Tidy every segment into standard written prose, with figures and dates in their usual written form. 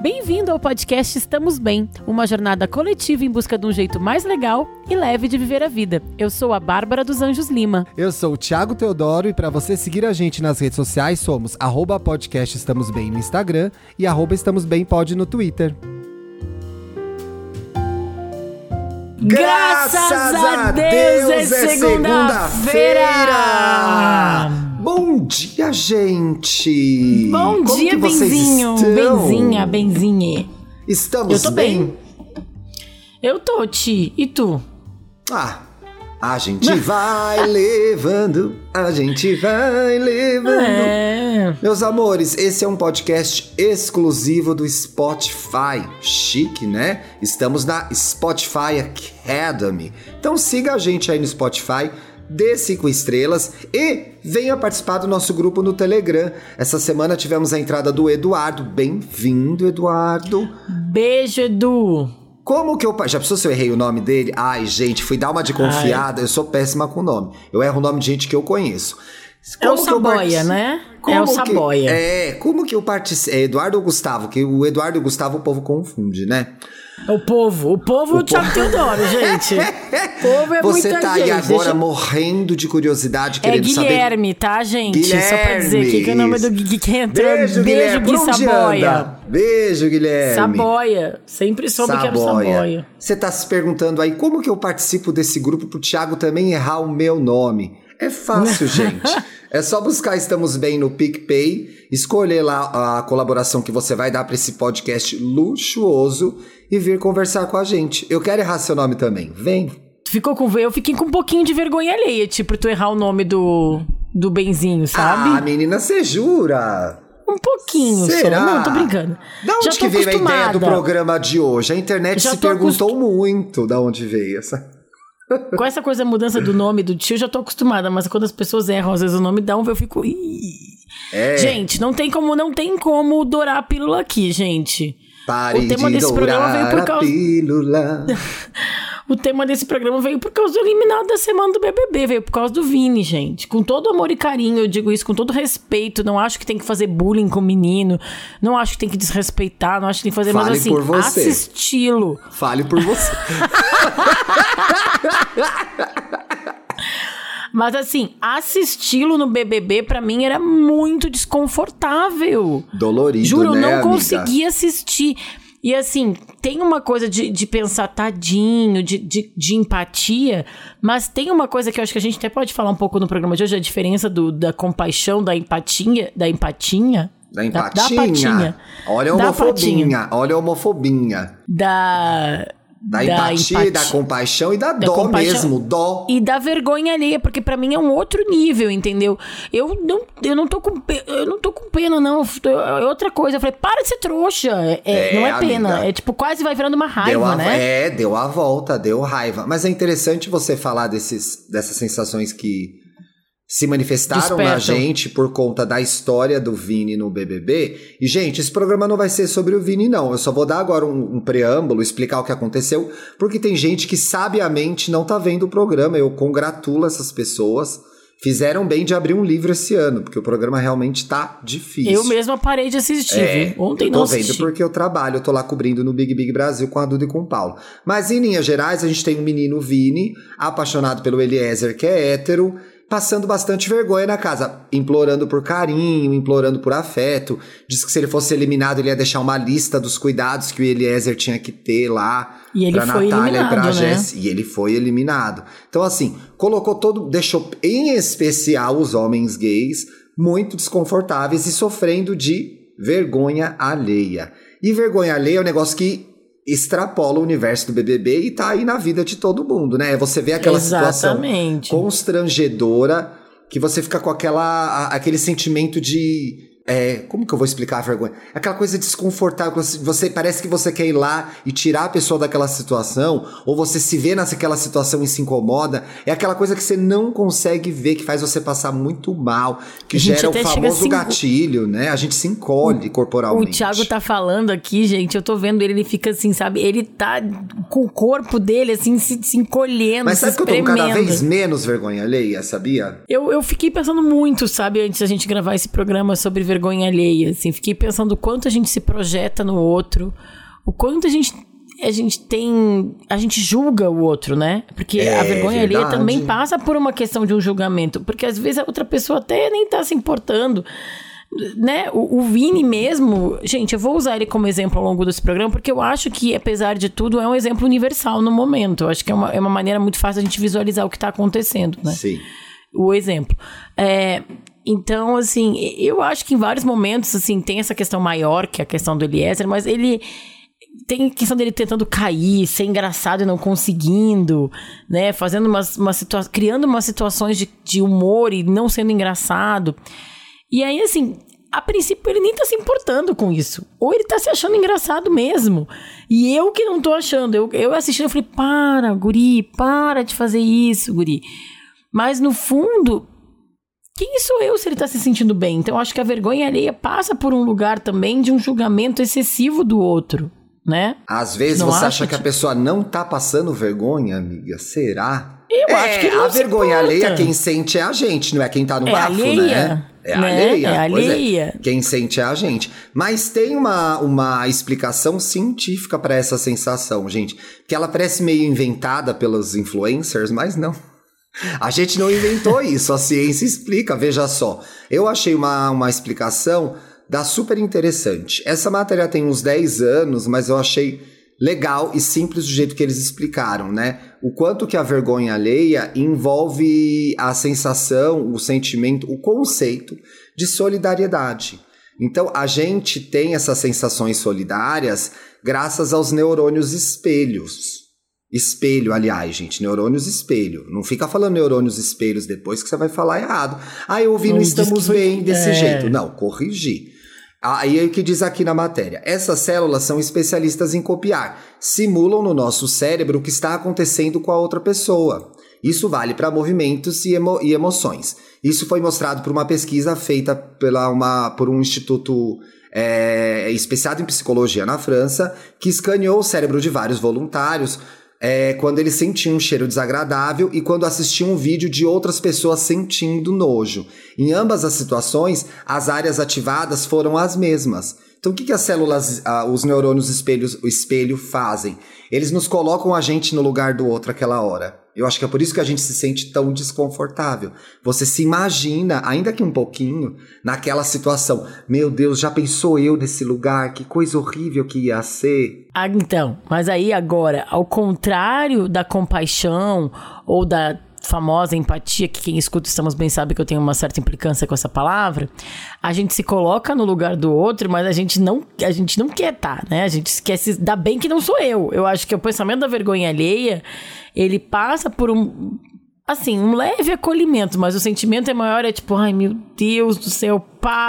Bem-vindo ao podcast Estamos Bem, uma jornada coletiva em busca de um jeito mais legal e leve de viver a vida. Eu sou a Bárbara dos Anjos Lima. Eu sou o Thiago Teodoro e para você seguir a gente nas redes sociais somos @podcast Estamos Bem no Instagram e @estamosbempod no Twitter. Graças a Deus é segunda-feira! Bom dia, gente! Bom dia, benzinho! Benzinhe. Estamos Eu tô bem. Eu tô, Ti. E tu? A gente vai levando, Meus amores, esse é um podcast exclusivo do Spotify. Chique, né? Estamos na Spotify Academy. Então siga a gente aí no Spotify, dê 5 estrelas e venha participar do nosso grupo no Telegram. Essa semana tivemos a entrada do Eduardo. Bem-vindo, Eduardo. Beijo, Edu. Como que eu... Já pensou se eu errei o nome dele? Ai, gente, fui dar uma de confiada. Eu sou péssima com o nome. Eu erro o nome de gente que eu conheço. É o Saboia, né? É o Saboia. Como que eu participo... É Eduardo ou Gustavo? Que o Eduardo e o Gustavo o povo confunde, né? O povo o Thiago Teodoro, gente. O povo é Você muita tá gente. aí agora morrendo de curiosidade, querendo saber... É Guilherme, tá, gente? Guilherme. Só pra dizer aqui que é o nome do Gui que entrou. Beijo, Guilherme. Gui Saboia. Beijo, Guilherme. Saboia. Sempre soube que era o Saboia. Você tá se perguntando aí, como que eu participo desse grupo pro Thiago também errar o meu nome? É fácil, gente. É só buscar Estamos Bem no PicPay, escolher lá a colaboração que você vai dar para esse podcast luxuoso e vir conversar com a gente. Eu quero errar seu nome também. Vem. Eu fiquei com um pouquinho de vergonha alheia, tipo, tu errar o nome do Benzinho, sabe? Ah, menina, você jura? Um pouquinho. Será? Só. Não, tô brincando. Da onde que veio a ideia do programa de hoje? A internet se perguntou muito da onde veio essa... Com essa coisa, mudança do nome do tio, eu já tô acostumada, mas quando as pessoas erram, às vezes o nome dá eu fico... Gente, não tem como dourar a pílula aqui, gente. Pare o tema de desse programa veio por causa... a pílula. O tema desse programa veio por causa do eliminado da semana do BBB, veio por causa do Vini, gente. Com todo amor e carinho, eu digo isso, com todo respeito. Não acho que tem que fazer bullying com o menino, não acho que tem que desrespeitar, não acho que tem que fazer... Fale mas assim, por você. assisti-lo. Fale por você. Mas assim, assisti-lo no BBB pra mim era muito desconfortável. Dolorido, Juro, né, eu não amiga? conseguia assistir. E assim, tem uma coisa de pensar tadinho, de empatia, mas tem uma coisa que eu acho que a gente até pode falar um pouco no programa de hoje, a diferença da compaixão, da empatia. Da empatinha. Olha a homofobinha. Olha a homofobinha. Da empatia, da compaixão e da dó mesmo, dó. E da vergonha alheia, porque pra mim é um outro nível, entendeu? Eu não tô com pena, não. É outra coisa. Eu falei, para de ser trouxa. Não é pena. Amiga, é tipo, quase vai virando uma raiva, né? Deu a volta, deu raiva. Mas é interessante você falar dessas sensações que se manifestaram na gente por conta da história do Vini no BBB. E, gente, esse programa não vai ser sobre o Vini, não. Eu só vou dar agora um preâmbulo, explicar o que aconteceu, porque tem gente que sabiamente não tá vendo o programa. Eu congratulo essas pessoas. Fizeram bem de abrir um livro esse ano, porque o programa realmente tá difícil. Eu mesma parei de assistir, viu? Ontem não assisti. Eu tô vendo porque eu trabalho, eu tô lá cobrindo no Big Big Brasil com a Duda e com o Paulo. Mas, em linhas gerais, a gente tem um menino Vini, apaixonado pelo Eliezer, que é hétero, passando bastante vergonha na casa, implorando por carinho, implorando por afeto. Diz que se ele fosse eliminado, ele ia deixar uma lista dos cuidados que o Eliezer tinha que ter lá pra Natália e pra Jess. E ele foi eliminado. Então, assim, deixou em especial os homens gays muito desconfortáveis e sofrendo de vergonha alheia. E vergonha alheia é um negócio que extrapola o universo do BBB e tá aí na vida de todo mundo, né? Você vê aquela situação constrangedora que você fica com aquele sentimento de... como que eu vou explicar a vergonha? Aquela coisa desconfortável, você parece que você quer ir lá e tirar a pessoa daquela situação, ou você se vê naquela situação e se incomoda. É aquela coisa que você não consegue ver, que faz você passar muito mal, que gera o famoso gatilho, né? A gente se encolhe corporalmente. O Thiago tá falando aqui, gente, eu tô vendo ele fica assim, sabe? Ele tá com o corpo dele, assim, se encolhendo, mas sabe que eu tô cada vez menos vergonha alheia, sabia? Eu fiquei pensando muito, sabe, antes da gente gravar esse programa sobre vergonha vergonha alheia, assim. Fiquei pensando o quanto a gente se projeta no outro, o quanto a gente julga o outro, né? Porque a vergonha alheia também passa por uma questão de um julgamento. Porque às vezes a outra pessoa até nem tá se importando, né? O Vini mesmo, gente, eu vou usar ele como exemplo ao longo desse programa, porque eu acho que, apesar de tudo, é um exemplo universal no momento. Eu acho que é uma maneira muito fácil a gente visualizar o que tá acontecendo, né? Sim. O exemplo. Então, assim, eu acho que em vários momentos, assim, tem essa questão maior, que é a questão do Eliezer, mas ele... Tem a questão dele tentando cair, ser engraçado e não conseguindo, né? Fazendo criando umas situações de humor e não sendo engraçado. E aí, assim, a princípio ele nem tá se importando com isso. Ou ele tá se achando engraçado mesmo. E eu que não tô achando. Eu assistindo, eu falei, para, guri, para de fazer isso, guri. Mas, no fundo, quem sou eu se ele tá se sentindo bem? Então, eu acho que a vergonha alheia passa por um lugar também de um julgamento excessivo do outro, né? Às vezes você acha que a pessoa não tá passando vergonha, amiga? Será? Eu acho que não. A vergonha alheia, quem sente é a gente, não é quem tá no bafo, alheia, né? Alheia. É alheia. Quem sente é a gente. Mas tem uma explicação científica pra essa sensação, gente. Que ela parece meio inventada pelos influencers, mas não. A gente não inventou isso, a ciência explica, veja só. Eu achei uma explicação super interessante. Essa matéria tem uns 10 anos, mas eu achei legal e simples do jeito que eles explicaram, né? O quanto que a vergonha alheia envolve a sensação, o sentimento, o conceito de solidariedade. Então, a gente tem essas sensações solidárias graças aos neurônios espelhos. Espelho, aliás, gente, neurônios espelho. Não fica falando neurônios espelhos depois que você vai falar errado. Eu ouvi no Estamos Bem desse jeito. Não, corrigir. Aí é o que diz aqui na matéria. Essas células são especialistas em copiar. Simulam no nosso cérebro o que está acontecendo com a outra pessoa. Isso vale para movimentos e emoções. Isso foi mostrado por uma pesquisa feita por um instituto especializado em psicologia na França, que escaneou o cérebro de vários voluntários quando eles sentiam um cheiro desagradável e quando assistiam um vídeo de outras pessoas sentindo nojo. Em ambas as situações, as áreas ativadas foram as mesmas. Então, o que as células, os neurônios espelho fazem? Eles nos colocam a gente no lugar do outro aquela hora. Eu acho que é por isso que a gente se sente tão desconfortável. Você se imagina, ainda que um pouquinho, naquela situação. Meu Deus, já pensou eu nesse lugar? Que coisa horrível que ia ser. Então, mas aí agora, ao contrário da compaixão ou da famosa empatia, que quem escuta Estamos Bem sabe que eu tenho uma certa implicância com essa palavra, a gente se coloca no lugar do outro, mas a gente não quer estar, né? A gente esquece, dá bem que não sou eu. Eu acho que o pensamento da vergonha alheia, ele passa por um leve acolhimento, mas o sentimento é maior, é tipo, ai meu Deus do céu,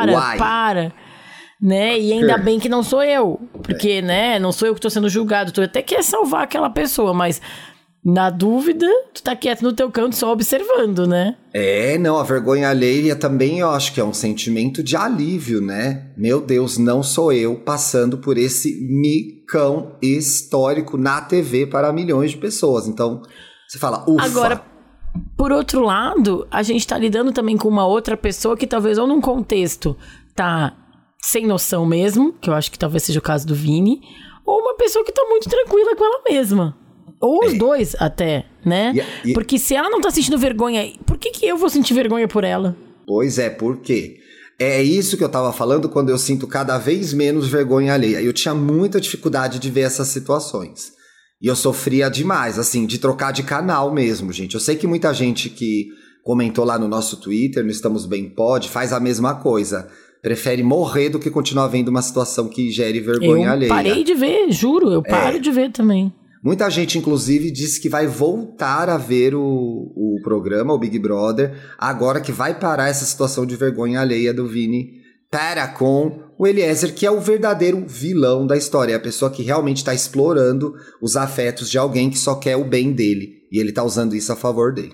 para, né? E ainda bem que não sou eu, porque, né, não sou eu que tô sendo julgado, tu até quer salvar aquela pessoa, mas na dúvida, tu tá quieto no teu canto só observando, né? A vergonha alheia também eu acho que é um sentimento de alívio, né? Meu Deus, não sou eu passando por esse micão histórico na TV para milhões de pessoas. Então, você fala, ufa. Agora, por outro lado, a gente tá lidando também com uma outra pessoa que talvez ou num contexto tá sem noção mesmo, que eu acho que talvez seja o caso do Vini, ou uma pessoa que tá muito tranquila com ela mesma. Ou os dois até, né? Porque se ela não tá sentindo vergonha, por que eu vou sentir vergonha por ela? Pois é, por quê? É isso que eu tava falando quando eu sinto cada vez menos vergonha alheia. Eu tinha muita dificuldade de ver essas situações. E eu sofria demais, assim, de trocar de canal mesmo, gente. Eu sei que muita gente que comentou lá no nosso Twitter, no Estamos Bem Pod, faz a mesma coisa. Prefere morrer do que continuar vendo uma situação que gere vergonha alheia. Eu parei de ver, juro, eu paro de ver também. Muita gente, inclusive, disse que vai voltar a ver o programa, o Big Brother, agora que vai parar essa situação de vergonha alheia do Vini para com o Eliezer, que é o verdadeiro vilão da história. É a pessoa que realmente está explorando os afetos de alguém que só quer o bem dele. E ele está usando isso a favor dele.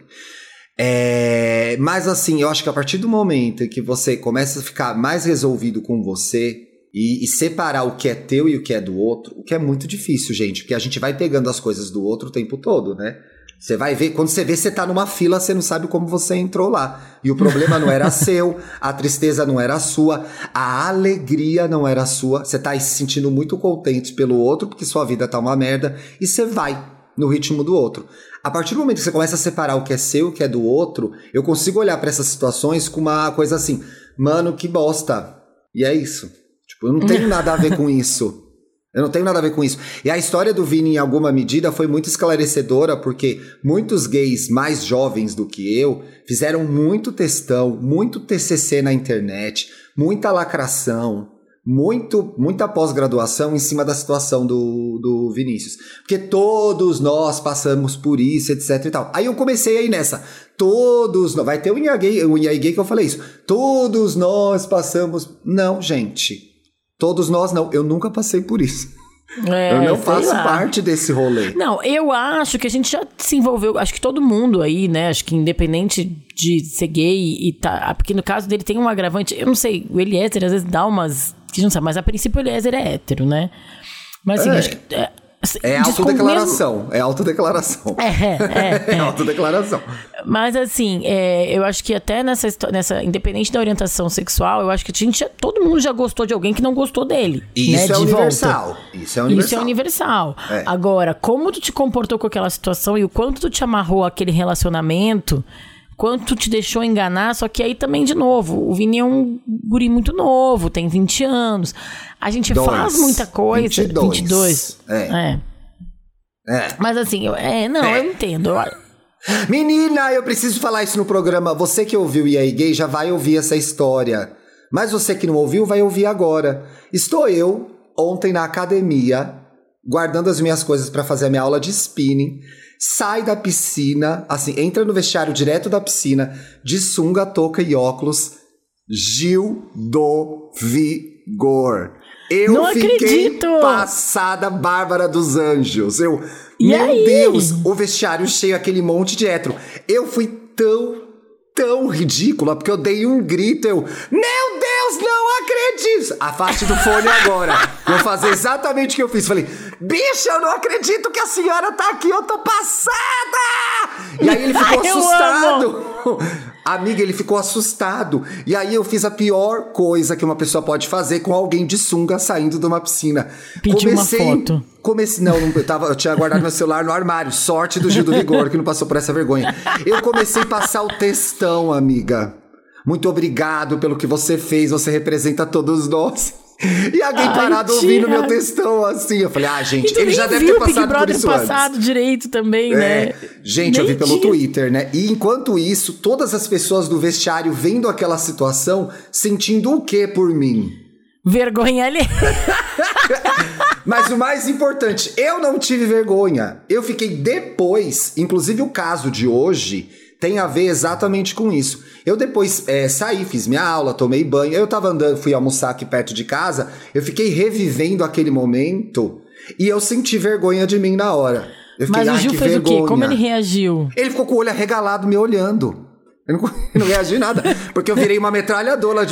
Mas assim, eu acho que a partir do momento em que você começa a ficar mais resolvido com você e separar o que é teu e o que é do outro, o que é muito difícil, gente, porque a gente vai pegando as coisas do outro o tempo todo, né? Você vai ver, quando você vê, você tá numa fila, você não sabe como você entrou lá. E o problema não era seu, a tristeza não era sua, a alegria não era sua. Você tá se sentindo muito contente pelo outro, porque sua vida tá uma merda, e você vai no ritmo do outro. A partir do momento que você começa a separar o que é seu e o que é do outro, eu consigo olhar pra essas situações com uma coisa assim, mano, que bosta. E é isso. Tipo, eu não tenho nada a ver com isso. Eu não tenho nada a ver com isso. E a história do Vini, em alguma medida, foi muito esclarecedora, porque muitos gays mais jovens do que eu fizeram muito textão, muito TCC na internet, muita lacração, muita pós-graduação em cima da situação do Vinícius. Porque todos nós passamos por isso, etc e tal. Aí eu comecei aí nessa. Vai ter um IA gay que eu falei isso. Todos nós passamos... Não, gente... Todos nós não, eu nunca passei por isso. Eu não faço parte desse rolê. Não, eu acho que a gente já se envolveu, acho que todo mundo aí, né, acho que independente de ser gay e tá, porque no caso dele tem um agravante, eu não sei, o Eliezer às vezes dá umas, que não sabe, mas a princípio o Eliezer é hétero, né? Mas assim, acho que... É autodeclaração, é autodeclaração. É autodeclaração. Mas assim, eu acho que até nessa, independente da orientação sexual, eu acho que todo mundo já gostou de alguém que não gostou dele. Isso é universal. Isso é universal. Agora, como tu te comportou com aquela situação e o quanto tu te amarrou àquele relacionamento, quanto tu te deixou enganar, só que aí também, de novo, o Vini é um guri muito novo, tem 20 anos. A gente faz muita coisa. 22. Mas assim, eu entendo. Menina, eu preciso falar isso no programa. Você que ouviu E aí Gay já vai ouvir essa história. Mas você que não ouviu, vai ouvir agora. Estou eu, ontem na academia, guardando as minhas coisas para fazer a minha aula de spinning. Sai da piscina, assim, entra no vestiário direto da piscina, de sunga, touca e óculos. Gil do Vigor. Eu não fiquei acredito. Passada, Bárbara dos Anjos. E aí? Deus, o vestiário cheio, aquele monte de hétero. Eu fui tão ridícula, porque eu dei um grito, meu Deus, não acredito! Afaste do fone agora. Vou fazer exatamente o que eu fiz. Falei, bicha, eu não acredito que a senhora tá aqui, eu tô passada! E aí ele ficou assustado. Amiga, ele ficou assustado. E aí eu fiz a pior coisa que uma pessoa pode fazer com alguém de sunga saindo de uma piscina. Pedi uma foto. Eu tinha guardado meu celular no armário. Sorte do Gil do Vigor, que não passou por essa vergonha. Eu comecei a passar o textão, amiga. Muito obrigado pelo que você fez, você representa todos nós. E alguém parado ouvindo meu textão assim. Eu falei, gente, ele já deve ter passado por isso antes. Passado direito também, né? Gente, eu vi pelo Twitter, né? E enquanto isso, todas as pessoas do vestiário vendo aquela situação, sentindo o quê por mim? Vergonha ali. Mas o mais importante, eu não tive vergonha. Eu fiquei depois, inclusive o caso de hoje tem a ver exatamente com isso. Eu depois saí, fiz minha aula, tomei banho. Eu tava andando, fui almoçar aqui perto de casa. Eu fiquei revivendo aquele momento e eu senti vergonha de mim na hora. Eu fiquei, mas o Gil fez vergonha. O quê? Como ele reagiu? Ele ficou com o olho arregalado me olhando. Eu não reagi nada. Porque eu virei uma metralhadora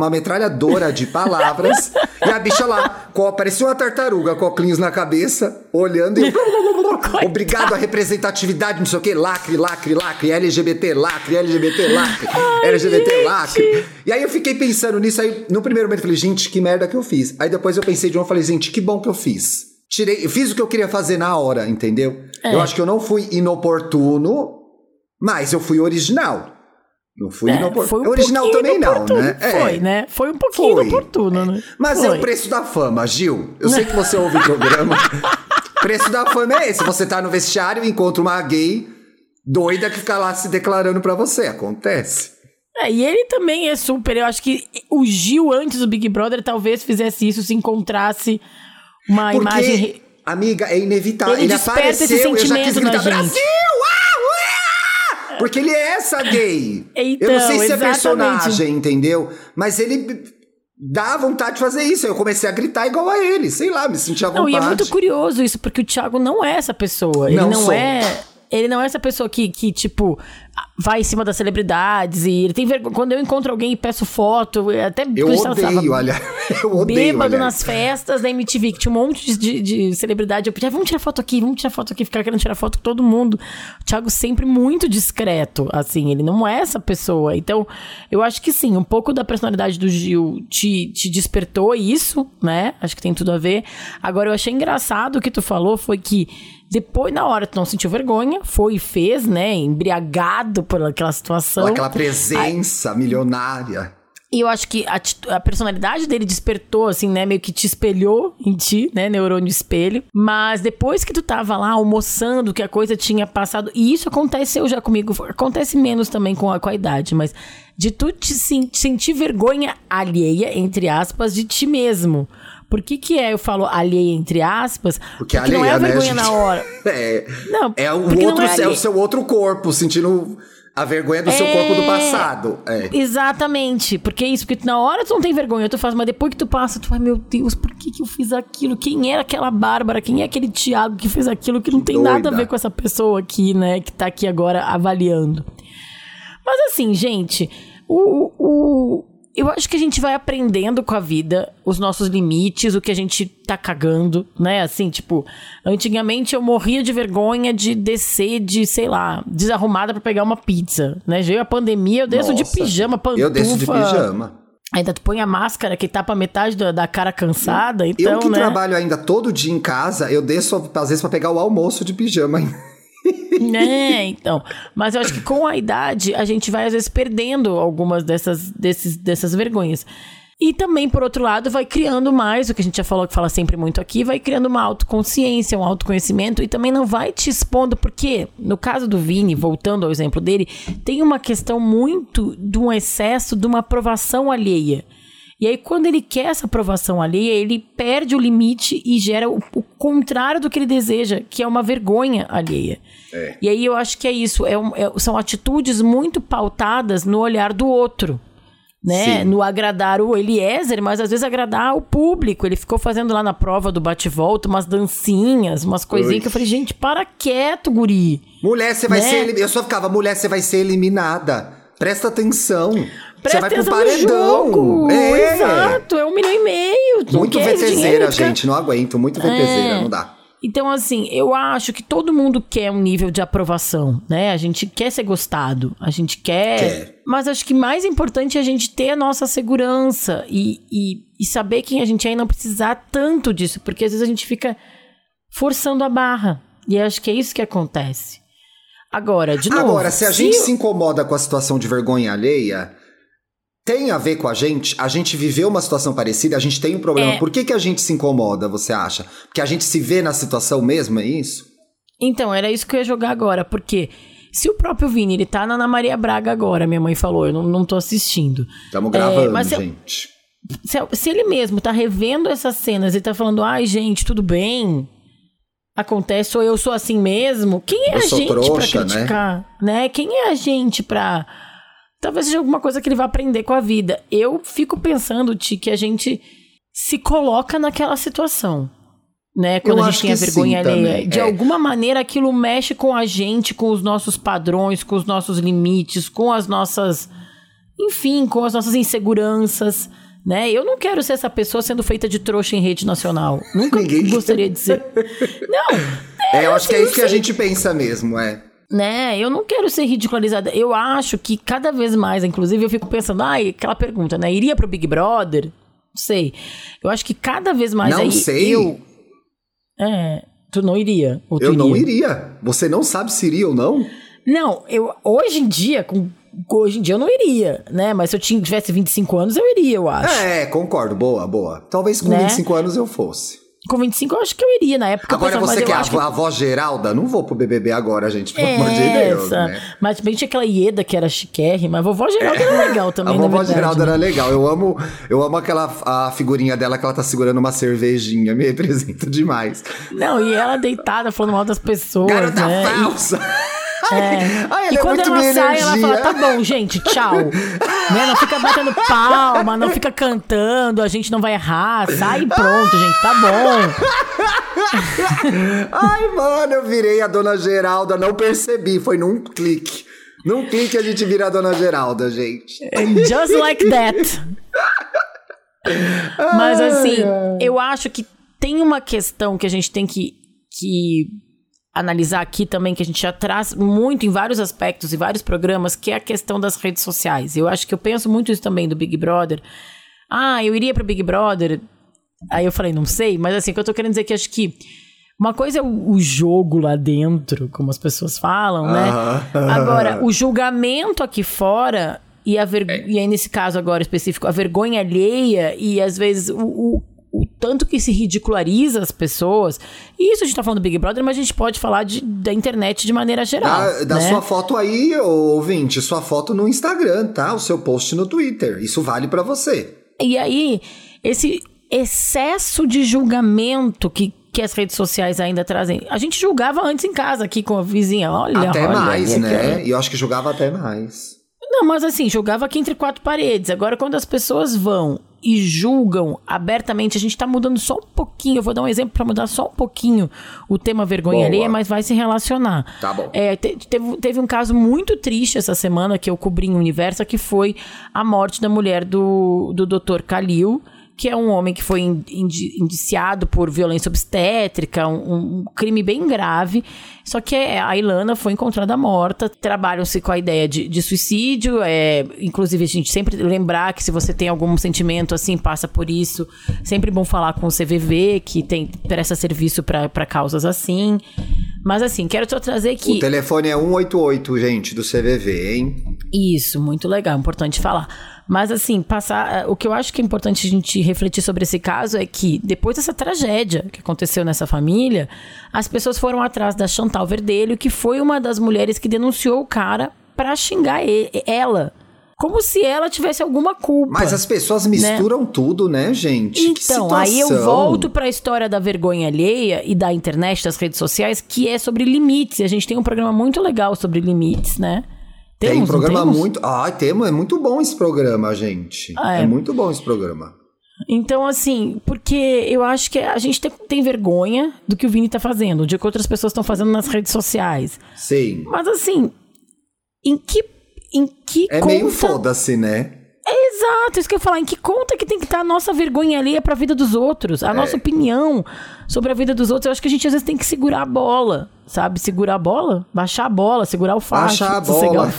de palavras. E a bicha lá, parecia uma tartaruga, com óculos na cabeça, olhando e... Obrigado à representatividade, não sei o quê. Lacre, LGBT, lacre. Ai, LGBT, gente. Lacre. E aí eu fiquei pensando nisso. Aí no primeiro momento eu falei, gente, que merda que eu fiz. Aí depois eu pensei de novo e falei, gente, que bom que eu fiz. Eu fiz o que eu queria fazer na hora, entendeu? Eu acho que eu não fui inoportuno, mas eu fui original. Não fui inoportuno. Original também não, né? Foi, né? Foi um pouquinho inoportuno, né? Mas é o preço da fama, Gil. Eu sei que você ouve o programa. O preço da fama é esse. Você tá no vestiário e encontra uma gay doida que fica lá se declarando pra você. Acontece. E ele também é super... Eu acho que o Gil, antes do Big Brother, talvez fizesse isso, se encontrasse uma imagem... Amiga, é inevitável. Ele apareceu, esse sentimento, eu já quis gritar, Brasil! Porque ele é essa gay. Então, eu não sei se exatamente. É personagem, entendeu? Mas ele dá vontade de fazer isso. Eu comecei a gritar igual a ele. Sei lá, me senti à vontade. Não, e é muito curioso isso, porque o Thiago não é essa pessoa. Ele não é... Ele não é essa pessoa que tipo, vai em cima das celebridades e ele tem vergonha. Quando eu encontro alguém e peço foto, até... Eu odeio bêbado nas festas da MTV, que tinha um monte de celebridade. Eu pedia, vamos tirar foto aqui, ficar querendo tirar foto com todo mundo. O Thiago sempre muito discreto, assim, ele não é essa pessoa. Então, eu acho que sim, um pouco da personalidade do Gil te despertou isso, né? Acho que tem tudo a ver. Agora, eu achei engraçado o que tu falou, foi que depois, na hora, tu não sentiu vergonha, foi e fez, né? Embriagado por aquela situação. Aquela presença milionária. E eu acho que a personalidade dele despertou, assim, né? Meio que te espelhou em ti, né? Neurônio espelho. Mas depois que tu tava lá almoçando, que a coisa tinha passado... E isso aconteceu já comigo. Acontece menos também com a idade. Mas de tu sentir vergonha alheia, entre aspas, de ti mesmo. Por que eu falo alheia, entre aspas? Porque alheia, não é a vergonha, né, na hora. Não, é o seu outro corpo, sentindo a vergonha do seu corpo do passado. Exatamente. Porque na hora tu não tem vergonha, tu faz, mas depois que tu passa, tu vai, meu Deus, por que eu fiz aquilo? Quem era aquela Bárbara? Quem é aquele Thiago que fez aquilo que não tem nada a ver com essa pessoa aqui, né? Que tá aqui agora avaliando. Mas assim, gente, eu acho que a gente vai aprendendo com a vida os nossos limites, o que a gente tá cagando, né? Assim, tipo, antigamente eu morria de vergonha de descer sei lá, desarrumada pra pegar uma pizza, né? Já veio a pandemia, eu desço de pijama, pantufa. Eu desço de pijama. Ainda tu põe a máscara que tapa metade da cara cansada, então, eu que né? trabalho ainda todo dia em casa, eu desço às vezes pra pegar o almoço de pijama ainda. Então. Mas eu acho que com a idade a gente vai às vezes perdendo algumas dessas vergonhas. E também, por outro lado, vai criando mais, o que a gente já falou, que fala sempre muito aqui, vai criando uma autoconsciência, um autoconhecimento e também não vai te expondo, porque no caso do Vini, voltando ao exemplo dele, tem uma questão muito de um excesso de uma aprovação alheia. E aí, quando ele quer essa aprovação alheia, ele perde o limite e gera o contrário do que ele deseja, que é uma vergonha alheia. E aí, eu acho que é isso. São atitudes muito pautadas no olhar do outro, né? Sim. No agradar o Eliezer, mas às vezes agradar o público. Ele ficou fazendo lá na prova do bate-volta umas dancinhas, umas coisinhas que eu falei, gente, para quieto, guri. Mulher, você vai ser eliminada. Eu só ficava, mulher, você vai ser eliminada. Presta atenção. Você vai pro paredão. Exato, é 1,5 milhão. Muito VTZera, gente, não aguento. Muito VTZera, não dá. Então, assim, eu acho que todo mundo quer um nível de aprovação, né? A gente quer ser gostado, a gente quer... Mas acho que mais importante é a gente ter a nossa segurança e saber quem a gente é e não precisar tanto disso, porque às vezes a gente fica forçando a barra. E acho que é isso que acontece. Agora, de novo... Agora, se a gente se incomoda com a situação de vergonha alheia... Tem a ver com a gente viveu uma situação parecida, a gente tem um problema. Por que a gente se incomoda, você acha? Porque a gente se vê na situação mesmo, é isso? Então, era isso que eu ia jogar agora, porque se o próprio Vini, ele tá na Ana Maria Braga agora, minha mãe falou, eu não tô assistindo. Estamos gravando, mas gente. Se ele mesmo tá revendo essas cenas e tá falando, ai, gente, tudo bem, acontece, ou eu sou assim mesmo, quem é a gente trouxa, pra criticar, né? Quem é a gente pra... Talvez seja alguma coisa que ele vai aprender com a vida. Eu fico pensando, Ti, que a gente se coloca naquela situação, né? Quando a gente tem a vergonha alheia. De alguma maneira, aquilo mexe com a gente, com os nossos padrões, com os nossos limites, com as nossas... Enfim, com as nossas inseguranças, né? Eu não quero ser essa pessoa sendo feita de trouxa em rede nacional. Nunca gostaria de ser. Não. Eu acho que é isso que a gente pensa mesmo, né, eu não quero ser ridicularizada. Eu acho que cada vez mais, inclusive, eu fico pensando, aquela pergunta, né? Iria pro Big Brother? Não sei. Eu acho que cada vez mais... Não sei. Tu não iria? Ou tu iria? Não iria. Você não sabe se iria ou não? Não, hoje em dia eu não iria, né? Mas se eu tivesse 25 anos, eu iria, eu acho. Concordo. Boa. Talvez com 25 anos eu fosse. Com 25 eu acho que eu iria na época. Agora você quer a voz Geralda? Não vou pro BBB agora, gente, pelo amor de Deus, né? Mas bem tinha aquela Ieda que era chiquérrima, a vovó Geralda era legal também, a vovó Geralda era legal, eu amo a figurinha dela que ela tá segurando uma cervejinha, me representa demais. Não, e ela deitada falando mal das pessoas, Garota falsa! Ai, E quando ela sai, ela fala, tá bom, gente, tchau. Né? Não fica batendo palma, não fica cantando, a gente não vai errar, sai e pronto, gente, tá bom. Ai, mano, eu virei a Dona Geralda, não percebi, foi num clique. Num clique a gente vira a Dona Geralda, gente. Just like that. Mas assim, eu acho que tem uma questão que a gente tem que analisar aqui também, que a gente já traz muito em vários aspectos e vários programas, que é a questão das redes sociais. Eu acho que eu penso muito isso também do Big Brother. Eu iria pro Big Brother. Aí eu falei, não sei, mas assim, o que eu tô querendo dizer é que acho que uma coisa é o jogo lá dentro, como as pessoas falam, né? Agora, o julgamento aqui fora e aí nesse caso agora específico, a vergonha alheia e às vezes o tanto que se ridiculariza as pessoas. E isso a gente tá falando do Big Brother, mas a gente pode falar da internet de maneira geral. Da né? sua foto aí, ouvinte, sua foto no Instagram, tá? O seu post no Twitter. Isso vale pra você. E aí, esse excesso de julgamento que as redes sociais ainda trazem. A gente julgava antes em casa aqui com a vizinha. Olha, mais, né? E eu acho que julgava até mais. Não, mas assim, julgava aqui entre quatro paredes. Agora, quando as pessoas vão e julgam abertamente, a gente tá mudando só um pouquinho. Eu vou dar um exemplo pra mudar só um pouquinho o tema vergonha alheia, mas vai se relacionar. Tá bom. Teve um caso muito triste essa semana que eu cobri em Universa, que foi a morte da mulher do Dr. Kalil, que é um homem que foi indiciado por violência obstétrica, um crime bem grave. Só que a Ilana foi encontrada morta. Trabalham-se com a ideia de suicídio. Inclusive, a gente sempre lembrar que se você tem algum sentimento assim, passa por isso. Sempre bom falar com o CVV, que presta serviço para causas assim. Mas assim, quero só trazer que... O telefone é 188, gente, do CVV, hein? Isso, muito legal, importante falar. Mas assim, o que eu acho que é importante a gente refletir sobre esse caso é que depois dessa tragédia que aconteceu nessa família, as pessoas foram atrás da Chantal Verdelho, que foi uma das mulheres que denunciou o cara pra xingar ela. Como se ela tivesse alguma culpa. Mas as pessoas misturam tudo, né, gente? Então, aí eu volto pra história da vergonha alheia e da internet, das redes sociais, que é sobre limites. E a gente tem um programa muito legal sobre limites, né? Tem um programa muito... é muito bom esse programa, gente. É muito bom esse programa. Então, assim, porque eu acho que a gente tem vergonha do que o Vini tá fazendo, de que outras pessoas estão fazendo nas redes sociais. Sim. Mas, assim, em que é conta... meio foda-se, né? Exato, isso que eu ia falar. Em que conta que tem que estar a nossa vergonha alheia pra vida dos outros? A nossa opinião sobre a vida dos outros. Eu acho que a gente às vezes tem que segurar a bola, sabe? Segurar a bola, baixar a bola, segurar o facho. Baixar a bola.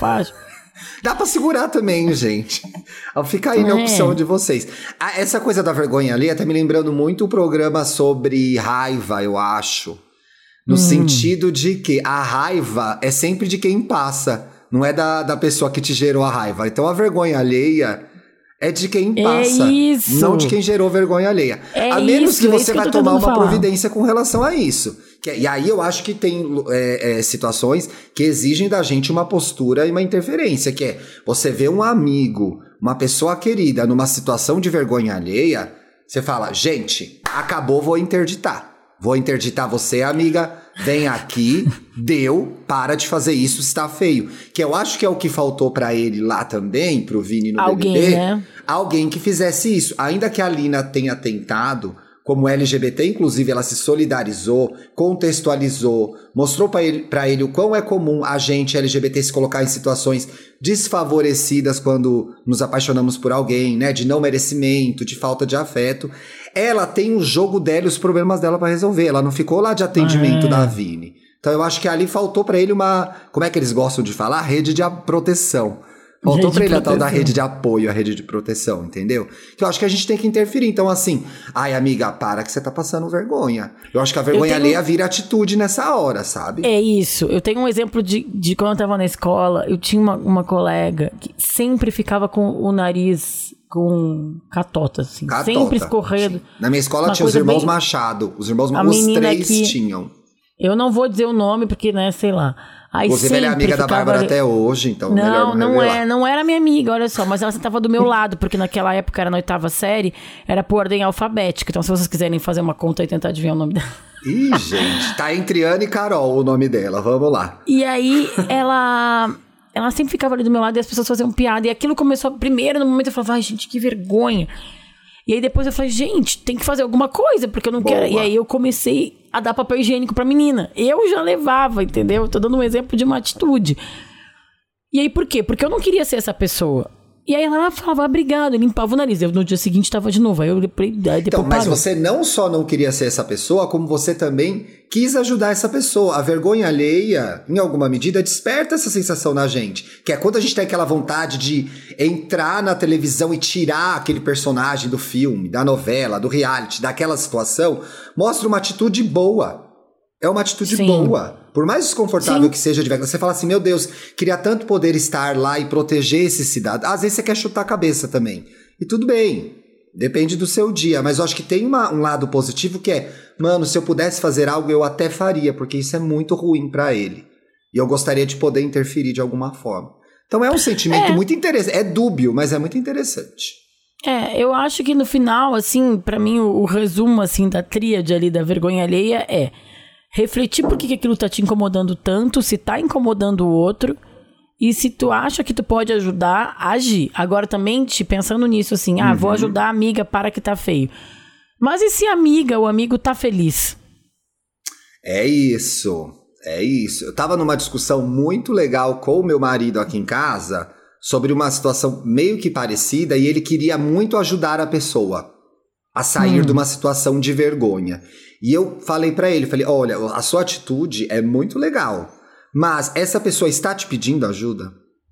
Dá pra segurar também, gente. Fica aí na opção de vocês. Essa coisa da vergonha alheia tá me lembrando muito o programa sobre raiva, eu acho. No sentido de que a raiva é sempre de quem passa. Não é da pessoa que te gerou a raiva. Então a vergonha alheia é de quem passa. Isso. Não de quem gerou vergonha alheia. A menos que você vai tomar uma providência com relação a isso. E aí eu acho que tem situações que exigem da gente uma postura e uma interferência. Que é você vê um amigo, uma pessoa querida numa situação de vergonha alheia, você fala, gente, acabou, vou interditar. Vou interditar você, amiga, vem aqui, para de fazer isso, está feio. Que eu acho que é o que faltou pra ele lá também, pro Vini no BBB. Né? Alguém que fizesse isso. Ainda que a Lina tenha tentado, como LGBT, inclusive ela se solidarizou, contextualizou, mostrou pra ele o quão é comum a gente LGBT se colocar em situações desfavorecidas quando nos apaixonamos por alguém, né? De não merecimento, de falta de afeto. Ela tem o jogo dela e os problemas dela pra resolver. Ela não ficou lá de atendimento da Vini. Então eu acho que ali faltou pra ele uma... Como é que eles gostam de falar? Rede de proteção. Faltou pra ele a tal da rede de apoio, a rede de proteção, entendeu? Que eu acho que a gente tem que interferir. Então assim, amiga, para que você tá passando vergonha. Eu acho que a vergonha alheia vira atitude nessa hora, sabe? É isso. Eu tenho um exemplo de quando eu tava na escola, eu tinha uma colega que sempre ficava com o nariz... com catota, assim. Sempre escorrendo. Sim. Na minha escola tinha os irmãos Machado. Os irmãos, os três tinham. Eu não vou dizer o nome, porque, né, sei lá. Aí inclusive, ela é amiga da Bárbara até hoje, então melhor não revelar. Não era minha amiga, olha só. Mas ela sentava do meu lado, porque naquela época, era na 8ª série, era por ordem alfabética. Então, se vocês quiserem fazer uma conta e tentar adivinhar o nome dela. Ih, gente, tá entre Ana e Carol o nome dela, vamos lá. E aí, ela sempre ficava ali do meu lado e as pessoas faziam piada. E aquilo começou, primeiro, no momento eu falava, ai, gente, que vergonha. E aí depois eu falei, gente, tem que fazer alguma coisa, porque eu não quero. E aí eu comecei a dar papel higiênico pra menina. Eu já levava, entendeu? Eu tô dando um exemplo de uma atitude. E aí por quê? Porque eu não queria ser essa pessoa. E aí ela falava, obrigado, limpava o nariz. Eu, no dia seguinte tava de novo. Aí eu depois então, mas parou. você não só não queria ser essa pessoa, como você também quis ajudar essa pessoa. A vergonha alheia, em alguma medida, desperta essa sensação na gente. Que é quando a gente tem aquela vontade de entrar na televisão e tirar aquele personagem do filme, da novela, do reality, daquela situação, mostra uma atitude boa. É uma atitude boa. Por mais desconfortável que seja de ver, você fala assim, meu Deus, queria tanto poder estar lá e proteger esse cidadão. Às vezes você quer chutar a cabeça também. E tudo bem, depende do seu dia. Mas eu acho que tem um lado positivo que é, mano, se eu pudesse fazer algo, eu até faria, porque isso é muito ruim pra ele. E eu gostaria de poder interferir de alguma forma. Então é um sentimento muito interessante. É dúbio, mas é muito interessante. Eu acho que no final, assim, pra mim, o resumo, assim, da tríade ali da vergonha alheia é refletir por que aquilo tá te incomodando tanto, se tá incomodando o outro, e se tu acha que tu pode ajudar, agir. Agora também, pensando nisso assim, vou ajudar a amiga, para que tá feio. Mas e se a amiga ou amigo tá feliz? É isso. Eu tava numa discussão muito legal com o meu marido aqui em casa, sobre uma situação meio que parecida, e ele queria muito ajudar a pessoa a sair de uma situação de vergonha. E eu falei pra ele, olha, a sua atitude é muito legal, mas essa pessoa está te pedindo ajuda?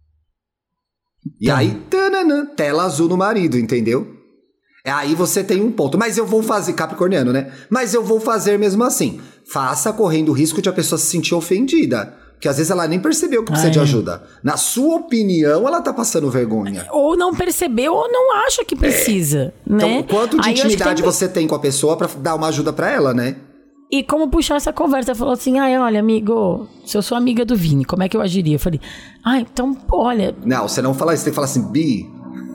E aí, tela azul no marido, entendeu? Aí você tem um ponto. Mas eu vou fazer, capricorniano, né? Mas eu vou fazer mesmo assim. Faça correndo o risco de a pessoa se sentir ofendida. Porque às vezes ela nem percebeu que precisa de ajuda. Na sua opinião, ela tá passando vergonha. Ou não percebeu ou não acha que precisa, né? Então, quanto de intimidade você tem com a pessoa pra dar uma ajuda pra ela, né? E como puxar essa conversa? Falou assim, olha, amigo, se eu sou amiga do Vini, como é que eu agiria? Eu falei, então, olha... Não, você não fala isso, você tem que falar assim, Bi,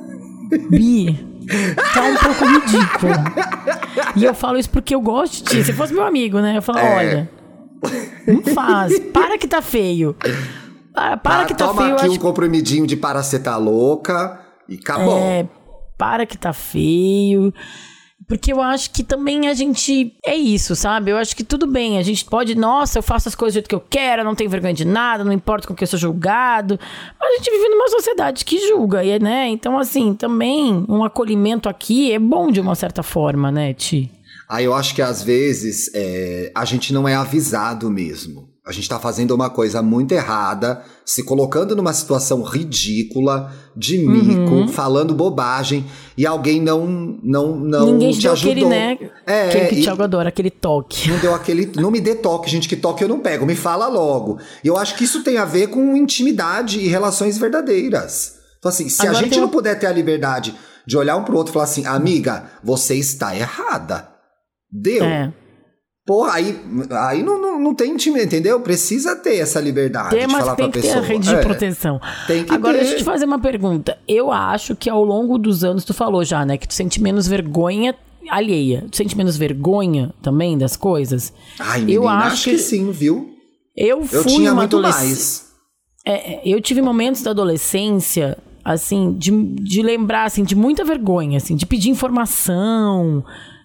tá um pouco ridículo. E eu falo isso porque eu gosto de ti. Se fosse meu amigo, né? Eu falo, olha... Não faz, para que tá feio. Para que tá toma feio. Toma aqui um comprimidinho de paracetamol e acabou. Para que tá feio. Porque eu acho que também a gente... É isso, sabe? Eu acho que tudo bem. A gente pode... Nossa, eu faço as coisas do jeito que eu quero. Eu não tenho vergonha de nada. Não importa com que eu sou julgado. Mas a gente vive numa sociedade que julga, né? Então, assim, também um acolhimento aqui é bom de uma certa forma, né, Ti? Eu acho que às vezes a gente não é avisado mesmo. A gente tá fazendo uma coisa muito errada, se colocando numa situação ridícula, de mico, falando bobagem, e alguém não Ninguém te ajudou. Aquele, né? Aquele que o Thiago adora, aquele toque. Não me dê toque, gente, que toque eu não pego, me fala logo. E eu acho que isso tem a ver com intimidade e relações verdadeiras. Então assim, se agora a gente não puder ter a liberdade de olhar um pro outro e falar assim, amiga, você está errada. Deu. Porra, aí não tem intimidade, entendeu? Precisa ter essa liberdade de falar pra pessoa. Tem que ter a rede de proteção. Tem que Agora, ter. deixa eu te fazer uma pergunta. Eu acho que ao longo dos anos, tu falou já, né? Que tu sente menos vergonha alheia. Tu sente menos vergonha também das coisas? Menina, eu acho que sim, viu? Eu tinha muito mais. Eu tive momentos da adolescência, assim, de lembrar, assim, de muita vergonha, assim, de pedir informação...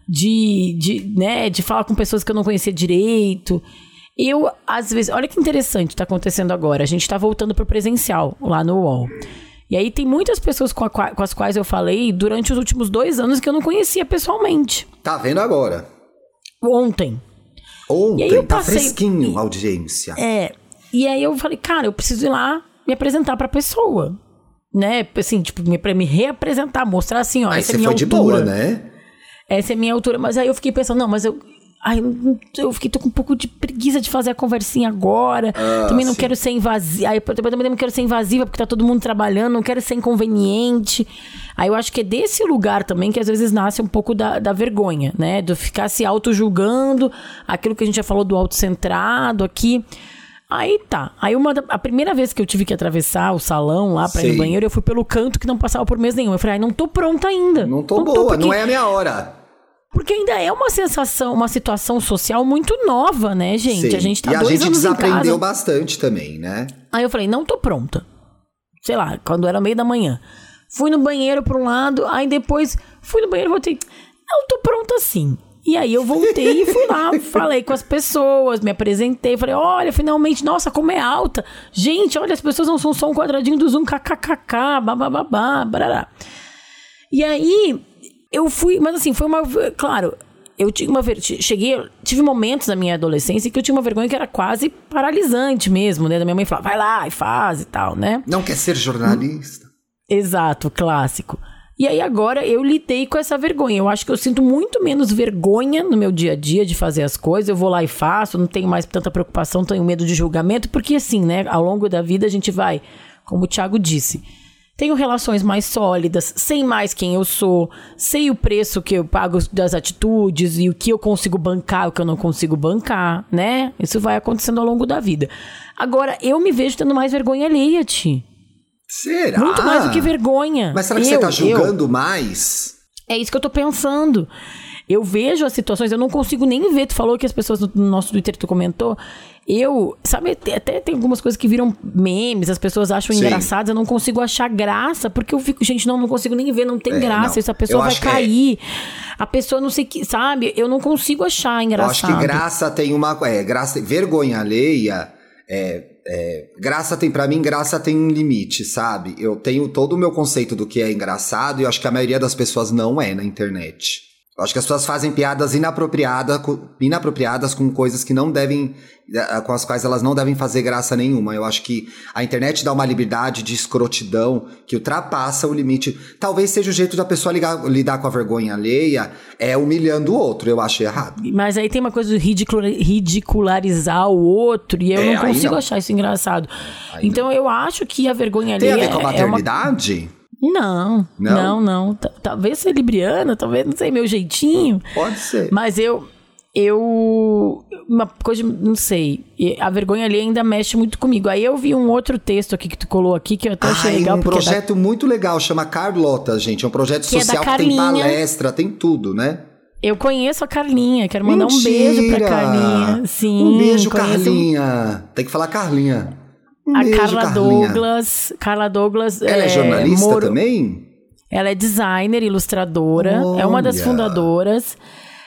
De falar com pessoas que eu não conhecia direito. Eu, às vezes... Olha que interessante tá acontecendo agora. A gente tá voltando pro presencial, lá no UOL. E aí tem muitas pessoas com as quais eu falei durante os últimos 2 anos que eu não conhecia pessoalmente. Tá vendo agora? Ontem, e aí eu passei, tá fresquinho a audiência. E aí eu falei, cara, eu preciso ir lá me apresentar pra pessoa. Né? Assim, tipo, pra me reapresentar, mostrar assim, ó, essa é a minha altura. Aí você foi de boa, né? Essa é a minha altura. Mas aí eu fiquei pensando, não, mas eu tô com um pouco de preguiça de fazer a conversinha agora. Também não quero ser invasiva. Aí eu também não quero ser invasiva porque tá todo mundo trabalhando, não quero ser inconveniente. Aí eu acho que é desse lugar também que às vezes nasce um pouco da vergonha, né? De ficar se auto-julgando, aquilo que a gente já falou do autocentrado aqui. Aí tá. Aí a primeira vez que eu tive que atravessar o salão lá pra ir no banheiro, eu fui pelo canto que não passava por mês nenhum. Eu falei, não tô pronta ainda. Não tô boa, não é a minha hora. Porque ainda é uma sensação, uma situação social muito nova, né, gente? Sim. A gente tá e a 2 gente anos em desaprendeu casa. bastante também, né? Aí eu falei, não tô pronta. Sei lá, quando era meio da manhã. Fui no banheiro pra um lado, aí depois fui no banheiro e voltei. Não, tô pronta sim. E aí eu voltei e fui lá, falei com as pessoas, me apresentei, falei, olha, finalmente, nossa, como é alta. Gente, olha, as pessoas não são só um quadradinho do Zoom, kkkk, babababá, barará. E aí, eu fui, mas assim, foi uma, claro, eu tinha tive momentos na minha adolescência que eu tinha uma vergonha que era quase paralisante mesmo, né? Da minha mãe falar, vai lá e faz e tal, né? Não quer ser jornalista? Exato, clássico. E aí agora eu lidei com essa vergonha. Eu acho que eu sinto muito menos vergonha no meu dia a dia de fazer as coisas. Eu vou lá e faço, não tenho mais tanta preocupação, não tenho medo de julgamento. Porque assim, né, ao longo da vida a gente vai, como o Thiago disse, tenho relações mais sólidas, sei mais quem eu sou, sei o preço que eu pago das atitudes e o que eu consigo bancar, o que eu não consigo bancar, né? Isso vai acontecendo ao longo da vida. Agora, eu me vejo tendo mais vergonha alheia, Ti. Será? Muito mais do que vergonha. Mas será que você tá julgando mais? É isso que eu tô pensando. Eu vejo as situações, eu não consigo nem ver. Tu falou que as pessoas no nosso Twitter, tu comentou. Sabe, até tem algumas coisas que viram memes, as pessoas acham engraçadas, eu não consigo achar graça, porque eu fico, gente, não consigo nem ver, não tem graça. Não. Isso, a pessoa vai cair. A pessoa não sei que, sabe? Eu não consigo achar engraçado. Eu acho que graça tem uma. Vergonha alheia. Graça tem um limite, sabe? Eu tenho todo o meu conceito do que é engraçado e eu acho que a maioria das pessoas não é na internet. Eu acho que as pessoas fazem piadas inapropriadas com coisas que não devem, com as quais elas não devem fazer graça nenhuma. Eu acho que a internet dá uma liberdade de escrotidão que ultrapassa o limite. Talvez seja o jeito da pessoa lidar com a vergonha alheia, humilhando o outro. Eu acho errado. Mas aí tem uma coisa de ridicularizar o outro e eu não consigo achar isso engraçado. Então eu acho que a vergonha alheia... Tem a ver com a maternidade? Não. Talvez ser libriana, talvez, não sei, meu jeitinho. Pode ser. Mas uma coisa, não sei, a vergonha ali ainda mexe muito comigo. Aí eu vi um outro texto aqui que tu colou aqui, que eu até achei legal. Um projeto muito legal, chama Carlota, gente. É um projeto social que tem palestra, tem tudo, né? Eu conheço a Carlinha, quero mandar um beijo pra Carlinha. Sim, um beijo, Carlinha. Tem que falar Carlinha. A Carla Douglas. Ela é jornalista também? Ela é designer, ilustradora. Olha. É uma das fundadoras.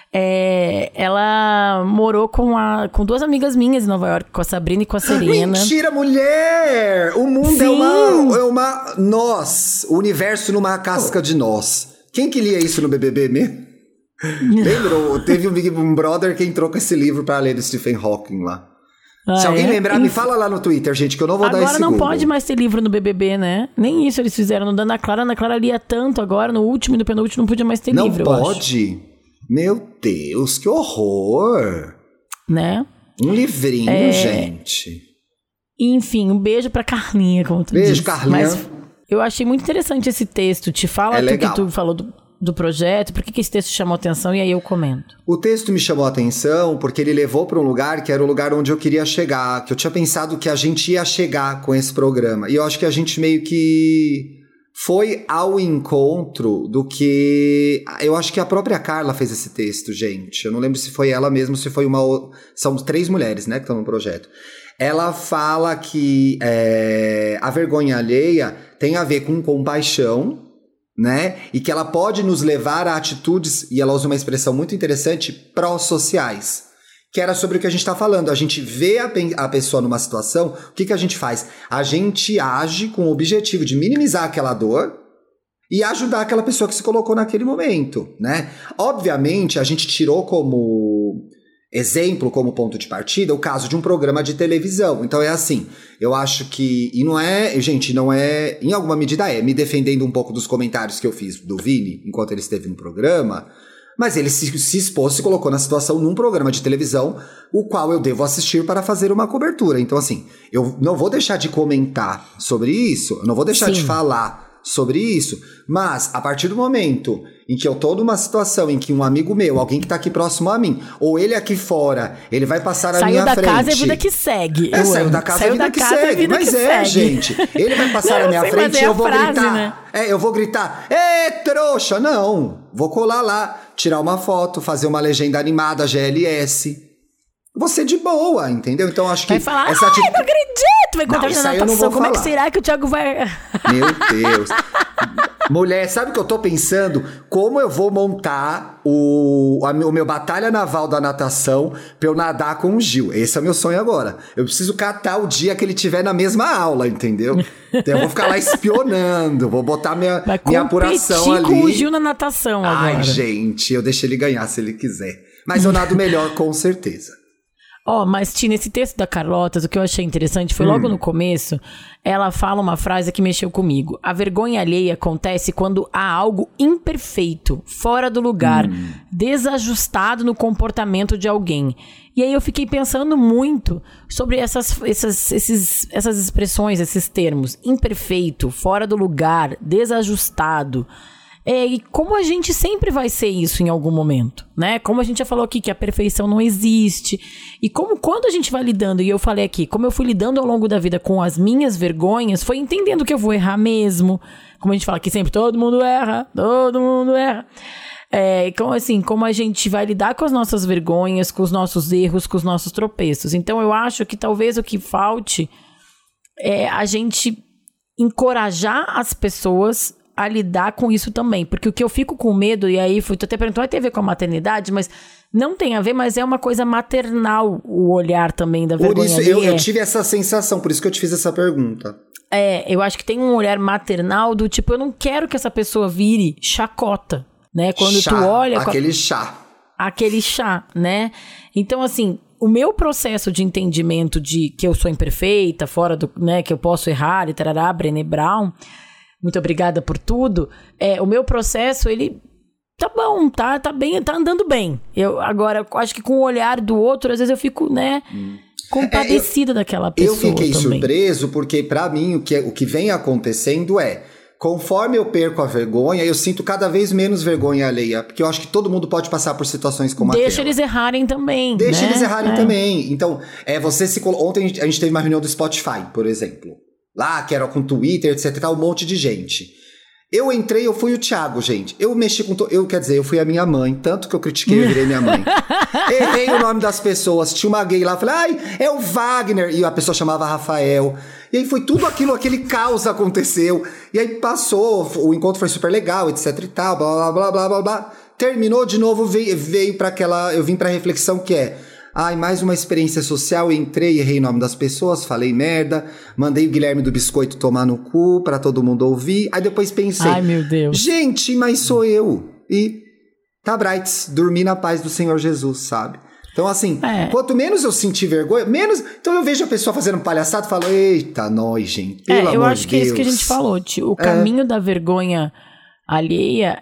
Ela morou com 2 amigas minhas em Nova York, com a Sabrina e com a Serena. Mentira, mulher! O mundo é uma nós. O universo numa casca de nós. Quem que lia isso no BBB mesmo? Lembrou? Teve um Big Brother que entrou com esse livro pra ler do Stephen Hawking lá. Se alguém lembrar, me fala lá no Twitter, gente, que eu não vou dar esse Agora não pode mais ter livro no BBB, né? Nem isso eles fizeram no da Ana Clara. A Ana Clara lia tanto agora, no último e no penúltimo não podia mais ter livro, Não pode? Meu Deus, que horror! Né? Um livrinho, gente. Enfim, um beijo pra Carlinha, como tu disse. Beijo, Carlinha. Mas eu achei muito interessante esse texto. Te fala que tu falou do projeto, por que esse texto chamou atenção e aí eu comento. O texto me chamou a atenção porque ele levou para um lugar que era o lugar onde eu queria chegar, que eu tinha pensado que a gente ia chegar com esse programa. E eu acho que a gente meio que foi ao encontro do que... Eu acho que a própria Carla fez esse texto, gente. Eu não lembro se foi ela mesma, se foi uma... São 3 mulheres, né, que estão no projeto. Ela fala que a vergonha alheia tem a ver com compaixão, né? E que ela pode nos levar a atitudes, e ela usa uma expressão muito interessante, pró-sociais. Que era sobre o que a gente está falando. A gente vê a pessoa numa situação, o que a gente faz? A gente age com o objetivo de minimizar aquela dor e ajudar aquela pessoa que se colocou naquele momento, né? Obviamente, a gente tirou como exemplo, como ponto de partida, o caso de um programa de televisão. Então é assim, eu acho que... E não é, gente, não é... Em alguma medida me defendendo um pouco dos comentários que eu fiz do Vini, enquanto ele esteve no programa, mas ele se expôs, se colocou na situação num programa de televisão, o qual eu devo assistir para fazer uma cobertura. Então assim, eu não vou deixar de comentar sobre isso, eu não vou deixar de falar sobre isso, mas a partir do momento em que eu tô numa situação em que um amigo meu, alguém que tá aqui próximo a mim, ou ele aqui fora, ele vai passar na minha frente. Saiu da casa é vida que segue. Saiu da casa é vida que segue. Mas gente, ele vai passar na minha frente e eu vou gritar. Né? Eu vou gritar, trouxa! Não, vou colar lá, tirar uma foto, fazer uma legenda animada, GLS. Você de boa, entendeu? Então acho que... Vai falar, não acredito! Vai contar na natação, como é que será que o Thiago vai... Meu Deus... Mulher, sabe o que eu tô pensando? Como eu vou montar o meu batalha naval da natação pra eu nadar com o Gil? Esse é o meu sonho agora. Eu preciso catar o dia que ele tiver na mesma aula, entendeu? Então eu vou ficar lá espionando, vou botar minha apuração ali. Com o Gil na natação agora. Ai, gente, eu deixo ele ganhar se ele quiser. Mas eu nado melhor, com certeza. Mas, Tina, esse texto da Carlotas, o que eu achei interessante foi logo no começo, ela fala uma frase que mexeu comigo. A vergonha alheia acontece quando há algo imperfeito, fora do lugar, desajustado no comportamento de alguém. E aí eu fiquei pensando muito sobre essas expressões, esses termos. Imperfeito, fora do lugar, desajustado. E como a gente sempre vai ser isso em algum momento, né? Como a gente já falou aqui, que a perfeição não existe. E como quando a gente vai lidando, e eu falei aqui, como eu fui lidando ao longo da vida com as minhas vergonhas, foi entendendo que eu vou errar mesmo. Como a gente fala aqui sempre, todo mundo erra. Então, assim, como a gente vai lidar com as nossas vergonhas, com os nossos erros, com os nossos tropeços. Então, eu acho que talvez o que falte é a gente encorajar as pessoas a lidar com isso também, porque o que eu fico com medo, e aí tu até perguntou, vai ter a ver com a maternidade, mas não tem a ver, mas é uma coisa maternal o olhar também da vergonha. Por isso, eu tive essa sensação, por isso que eu te fiz essa pergunta. Eu acho que tem um olhar maternal do tipo, eu não quero que essa pessoa vire chacota, né? Quando tu olha... Aquele chá, né? Então, assim, o meu processo de entendimento de que eu sou imperfeita, fora do, né, que eu posso errar, e tarará, Brené Brown... Muito obrigada por tudo. O meu processo, ele tá bom, tá bem, tá andando bem. Agora, acho que com o olhar do outro, às vezes eu fico, né, compadecida daquela pessoa. Eu fiquei também surpreso, porque pra mim o que vem acontecendo conforme eu perco a vergonha, eu sinto cada vez menos vergonha alheia. Porque eu acho que todo mundo pode passar por situações como aquela. Deixa eles errarem também. Deixa eles errarem também. Então, ontem a gente teve uma reunião do Spotify, por exemplo. Lá, que era com Twitter, etc, um monte de gente. Eu entrei, eu fui o Thiago, gente. Eu mexi com... eu fui a minha mãe. Tanto que eu critiquei, eu virei minha mãe. Errei o nome das pessoas. Tinha uma gay lá, falei, é o Wagner. E a pessoa chamava Rafael. E aí foi tudo aquele caos aconteceu. E aí passou, o encontro foi super legal, etc e tal, blá, blá, blá, blá, blá, blá. Terminou de novo, veio pra aquela... Eu vim pra reflexão que mais uma experiência social, entrei, errei o nome das pessoas, falei merda, mandei o Guilherme do Biscoito tomar no cu pra todo mundo ouvir, aí depois pensei, ai meu Deus, gente, mas sou eu, e tá brights, dormi na paz do Senhor Jesus, sabe? Então assim, quanto menos eu sentir vergonha, menos, então eu vejo a pessoa fazendo palhaçada e falo, eita, nós, gente, pelo amor de Deus. Eu acho que é isso que a gente falou, tio, o caminho da vergonha alheia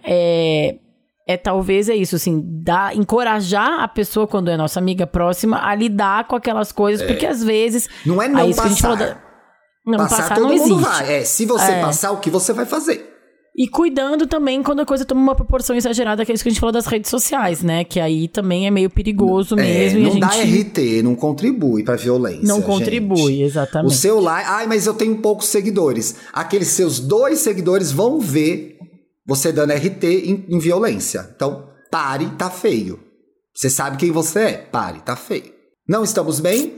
talvez isso, assim, encorajar a pessoa, quando é nossa amiga próxima, a lidar com aquelas coisas, porque às vezes... Não é não isso passar. Que a gente falou não passar todo não mundo existe. Vai. Se você passar, o que você vai fazer? E cuidando também quando a coisa toma uma proporção exagerada, que é isso que a gente falou das redes sociais, né? Que aí também é meio perigoso mesmo. Não dá RT, não contribui pra violência. Não contribui, gente. Exatamente. O seu like... mas eu tenho poucos seguidores. Aqueles seus 2 seguidores vão ver... você dando RT em violência. Então, pare, tá feio. Você sabe quem você é? Pare, tá feio. Não estamos bem?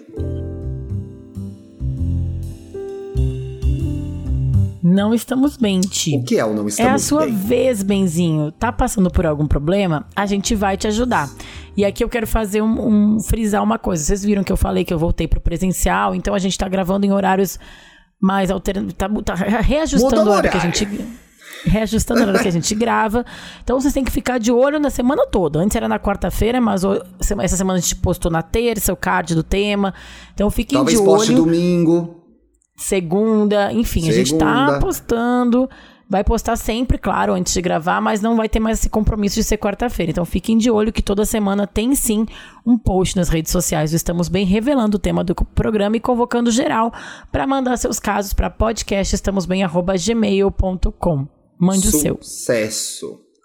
Não estamos bem, Ti. O que é o não estamos bem? É a sua vez, Benzinho. Tá passando por algum problema? A gente vai te ajudar. E aqui eu quero fazer frisar uma coisa. Vocês viram que eu falei que eu voltei pro presencial, então a gente tá gravando em horários mais alternativos. Tá reajustando a hora que a gente... reajustando a hora que a gente grava. Então vocês têm que ficar de olho na semana toda. Antes era na quarta-feira, mas essa semana a gente postou na terça o card do tema. Então fiquem talvez de olho. Talvez poste domingo. Segunda, enfim, a gente tá postando. Vai postar sempre, claro, antes de gravar, mas não vai ter mais esse compromisso de ser quarta-feira. Então fiquem de olho que toda semana tem sim um post nas redes sociais. Estamos bem revelando o tema do programa e convocando geral para mandar seus casos para podcastestamosbem@gmail.com. Mande o seu. Sucesso.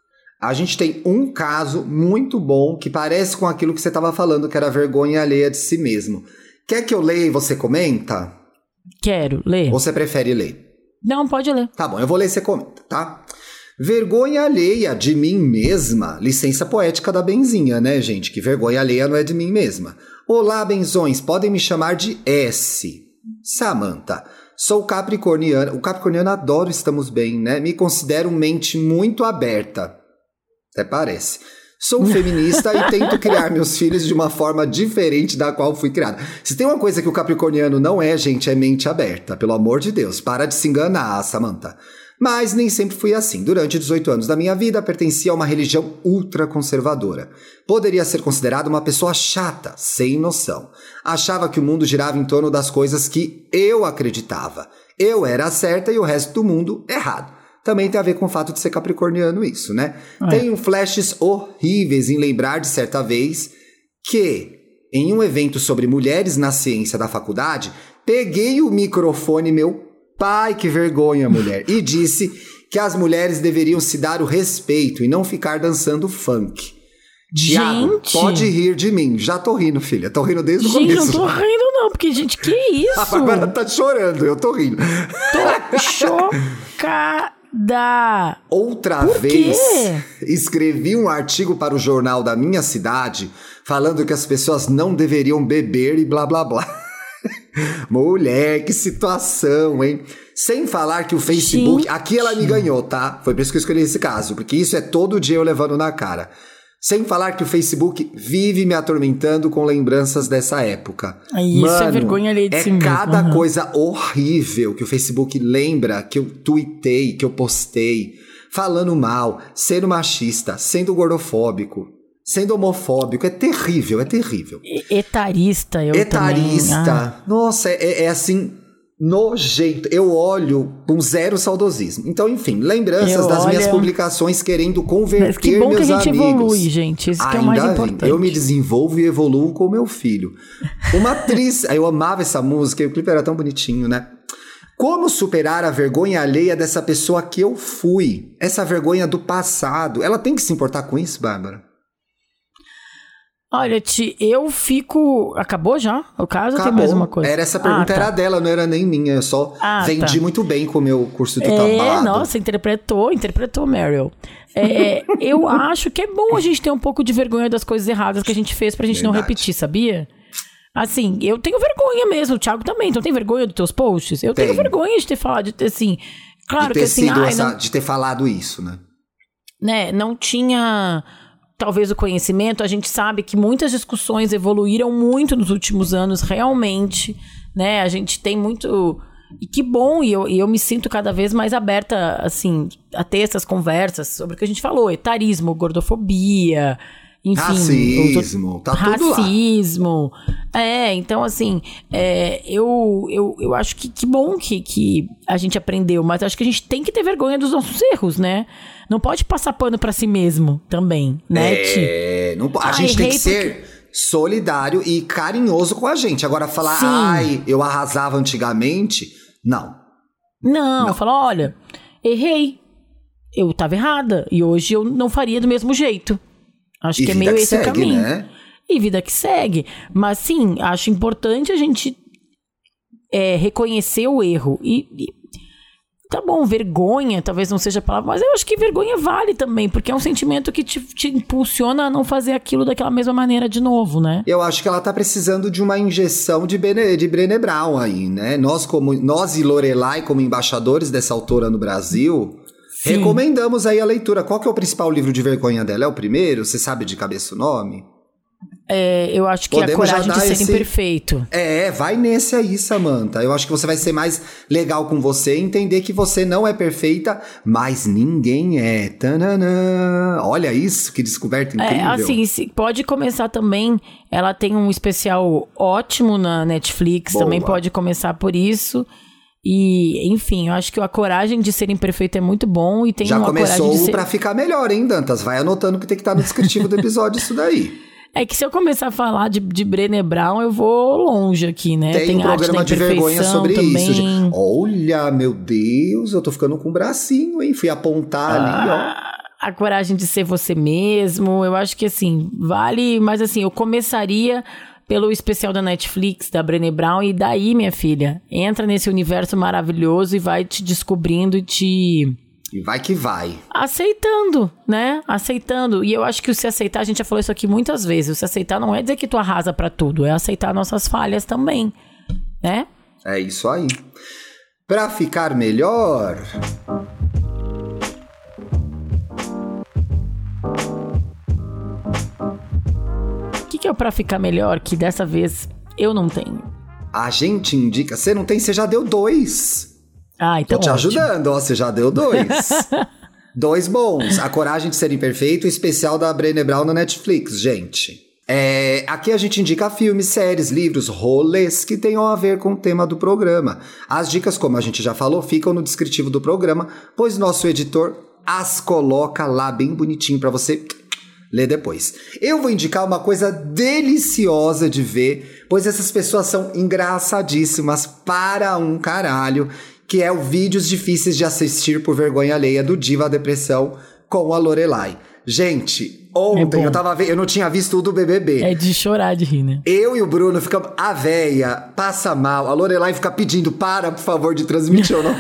A gente tem um caso muito bom que parece com aquilo que você estava falando, que era a vergonha alheia de si mesmo. Quer que eu leia e você comenta? Quero, ler. Ou você prefere ler? Não, pode ler. Tá bom, eu vou ler e você comenta, tá? Vergonha alheia de mim mesma. Licença poética da Benzinha, né, gente? Que vergonha alheia não é de mim mesma. Olá, benzões, podem me chamar de S. Samantha. Sou capricorniana. O capricorniano adora Estamos Bem, né? Me considero mente muito aberta. Até parece. Sou feminista e tento criar meus filhos de uma forma diferente da qual fui criada. Se tem uma coisa que o capricorniano não é, gente, é mente aberta. Pelo amor de Deus, para de se enganar, Samantha. Mas nem sempre fui assim. Durante 18 anos da minha vida, pertencia a uma religião ultraconservadora. Poderia ser considerada uma pessoa chata, sem noção. Achava que o mundo girava em torno das coisas que eu acreditava. Eu era a certa e o resto do mundo errado. Também tem a ver com o fato de ser capricorniano isso, né? Tenho flashes horríveis em lembrar de certa vez que, em um evento sobre mulheres na ciência da faculdade, peguei o microfone, meu pai, que vergonha, mulher, e disse que as mulheres deveriam se dar o respeito e não ficar dançando funk. Tiago, pode rir de mim. Já tô rindo, filha. Tô rindo desde o começo. Gente, não tô rindo não, porque, gente, que isso? A Bárbara tá chorando, eu tô rindo. Tô chocada. Outra vez, escrevi um artigo para o jornal da minha cidade falando que as pessoas não deveriam beber e blá blá blá. Mulher, que situação, hein? Sem falar que o Facebook... Gente. Aqui ela me ganhou, tá? Foi por isso que eu escolhi esse caso, porque isso é todo dia eu levando na cara. Sem falar que o Facebook vive me atormentando com lembranças dessa época. Isso é vergonha alheia de si mesmo. Cada coisa horrível que o Facebook lembra, que eu tuitei, que eu postei, falando mal, sendo machista, sendo gordofóbico, sendo homofóbico. É terrível, é terrível. Etarista, Etarista. Nossa, é assim... nojento. Eu olho com zero saudosismo. Então, enfim, lembranças das minhas publicações querendo converter meus amigos. Que bom que a gente evolui, gente. Isso que é o mais importante. Eu me desenvolvo e evoluo com o meu filho. Uma atriz... eu amava essa música e o clipe era tão bonitinho, né? Como superar a vergonha alheia dessa pessoa que eu fui? Essa vergonha do passado. Ela tem que se importar com isso, Bárbara? Olha, eu fico... Acabou já o caso? Acabou. Ou tem mais uma coisa? Era essa pergunta, era dela, não era nem minha. Eu só vendi muito bem com o meu curso de tablado. Nossa, interpretou, Meryl. Eu acho que é bom a gente ter um pouco de vergonha das coisas erradas que a gente fez pra gente não repetir, sabia? Assim, eu tenho vergonha mesmo, o Thiago também. Então tem vergonha dos teus posts? Eu tenho vergonha de ter falado, assim... Claro que assim... de ter falado isso, né? Né, não tinha... Talvez o conhecimento, a gente sabe que muitas discussões evoluíram muito nos últimos anos, realmente, né? A gente tem muito... E que bom, e eu me sinto cada vez mais aberta, assim, a ter essas conversas sobre o que a gente falou, etarismo, gordofobia, enfim... Racismo, tá tudo lá. Racismo. Então, assim, eu acho que bom que a gente aprendeu, mas acho que a gente tem que ter vergonha dos nossos erros, né? Não pode passar pano pra si mesmo também, né, Ti? A gente tem que ser solidário e carinhoso com a gente. Agora falar, eu arrasava antigamente, não. Não, falar, olha, errei. Eu tava errada e hoje eu não faria do mesmo jeito. Acho que é meio esse o caminho. Né? E vida que segue. Mas sim, acho importante a gente reconhecer o erro. Tá bom, vergonha talvez não seja a palavra, mas eu acho que vergonha vale também, porque é um sentimento que te impulsiona a não fazer aquilo daquela mesma maneira de novo, né? Eu acho que ela tá precisando de uma injeção de Brené Brown aí, né? Nós e Lorelai, como embaixadores dessa autora no Brasil, recomendamos aí a leitura. Qual que é o principal livro de vergonha dela? É o primeiro? Você sabe de cabeça o nome? Eu acho que podemos a coragem de ser imperfeito. Vai nesse aí, Samantha. Eu acho que você vai ser mais legal com você e entender que você não é perfeita, mas ninguém é. Tananã. Olha isso, que descoberta incrível. Assim, pode começar também. Ela tem um especial ótimo na Netflix. Boa. Também pode começar por isso. E, enfim, eu acho que a coragem de ser imperfeito é muito bom. E tem já uma começou coragem de pra ficar melhor, hein, Dantas? Vai anotando que tem que estar no descritivo do episódio isso daí. É que se eu começar a falar de Brené Brown, eu vou longe aqui, né? Tem um programa de vergonha sobre também. Isso, gente. Olha, meu Deus, eu tô ficando com um bracinho, hein? Fui apontar ali, ó. a coragem de ser você mesmo. Eu acho que, assim, vale... Mas, assim, eu começaria pelo especial da Netflix, da Brené Brown. E daí, minha filha, entra nesse universo maravilhoso e vai te descobrindo e te... E vai que vai. Aceitando, né? Aceitando. E eu acho que o se aceitar, a gente já falou isso aqui muitas vezes. O se aceitar não é dizer que tu arrasa pra tudo. É aceitar nossas falhas também, né? É isso aí. Pra ficar melhor... O que é o pra ficar melhor que dessa vez eu não tenho? A gente indica... Você não tem, você já deu 2. Ah, então tô te ótimo. ajudando, ó, você já deu 2. 2 bons. A Coragem de Ser Imperfeito, o especial da Brené Brown na Netflix, gente. Aqui a gente indica filmes, séries, livros, rolês que tenham a ver com o tema do programa. As dicas, como a gente já falou, ficam no descritivo do programa, pois nosso editor as coloca lá bem bonitinho pra você ler depois. Eu vou indicar uma coisa deliciosa de ver, pois essas pessoas são engraçadíssimas para um caralho, que é o Vídeos Difíceis de Assistir por Vergonha Alheia, do Diva Depressão, com a Lorelai. Gente, ontem eu não tinha visto o do BBB. É de chorar de rir, né? Eu e o Bruno ficamos... A véia passa mal, a Lorelai fica pedindo, por favor, de transmitir o nome.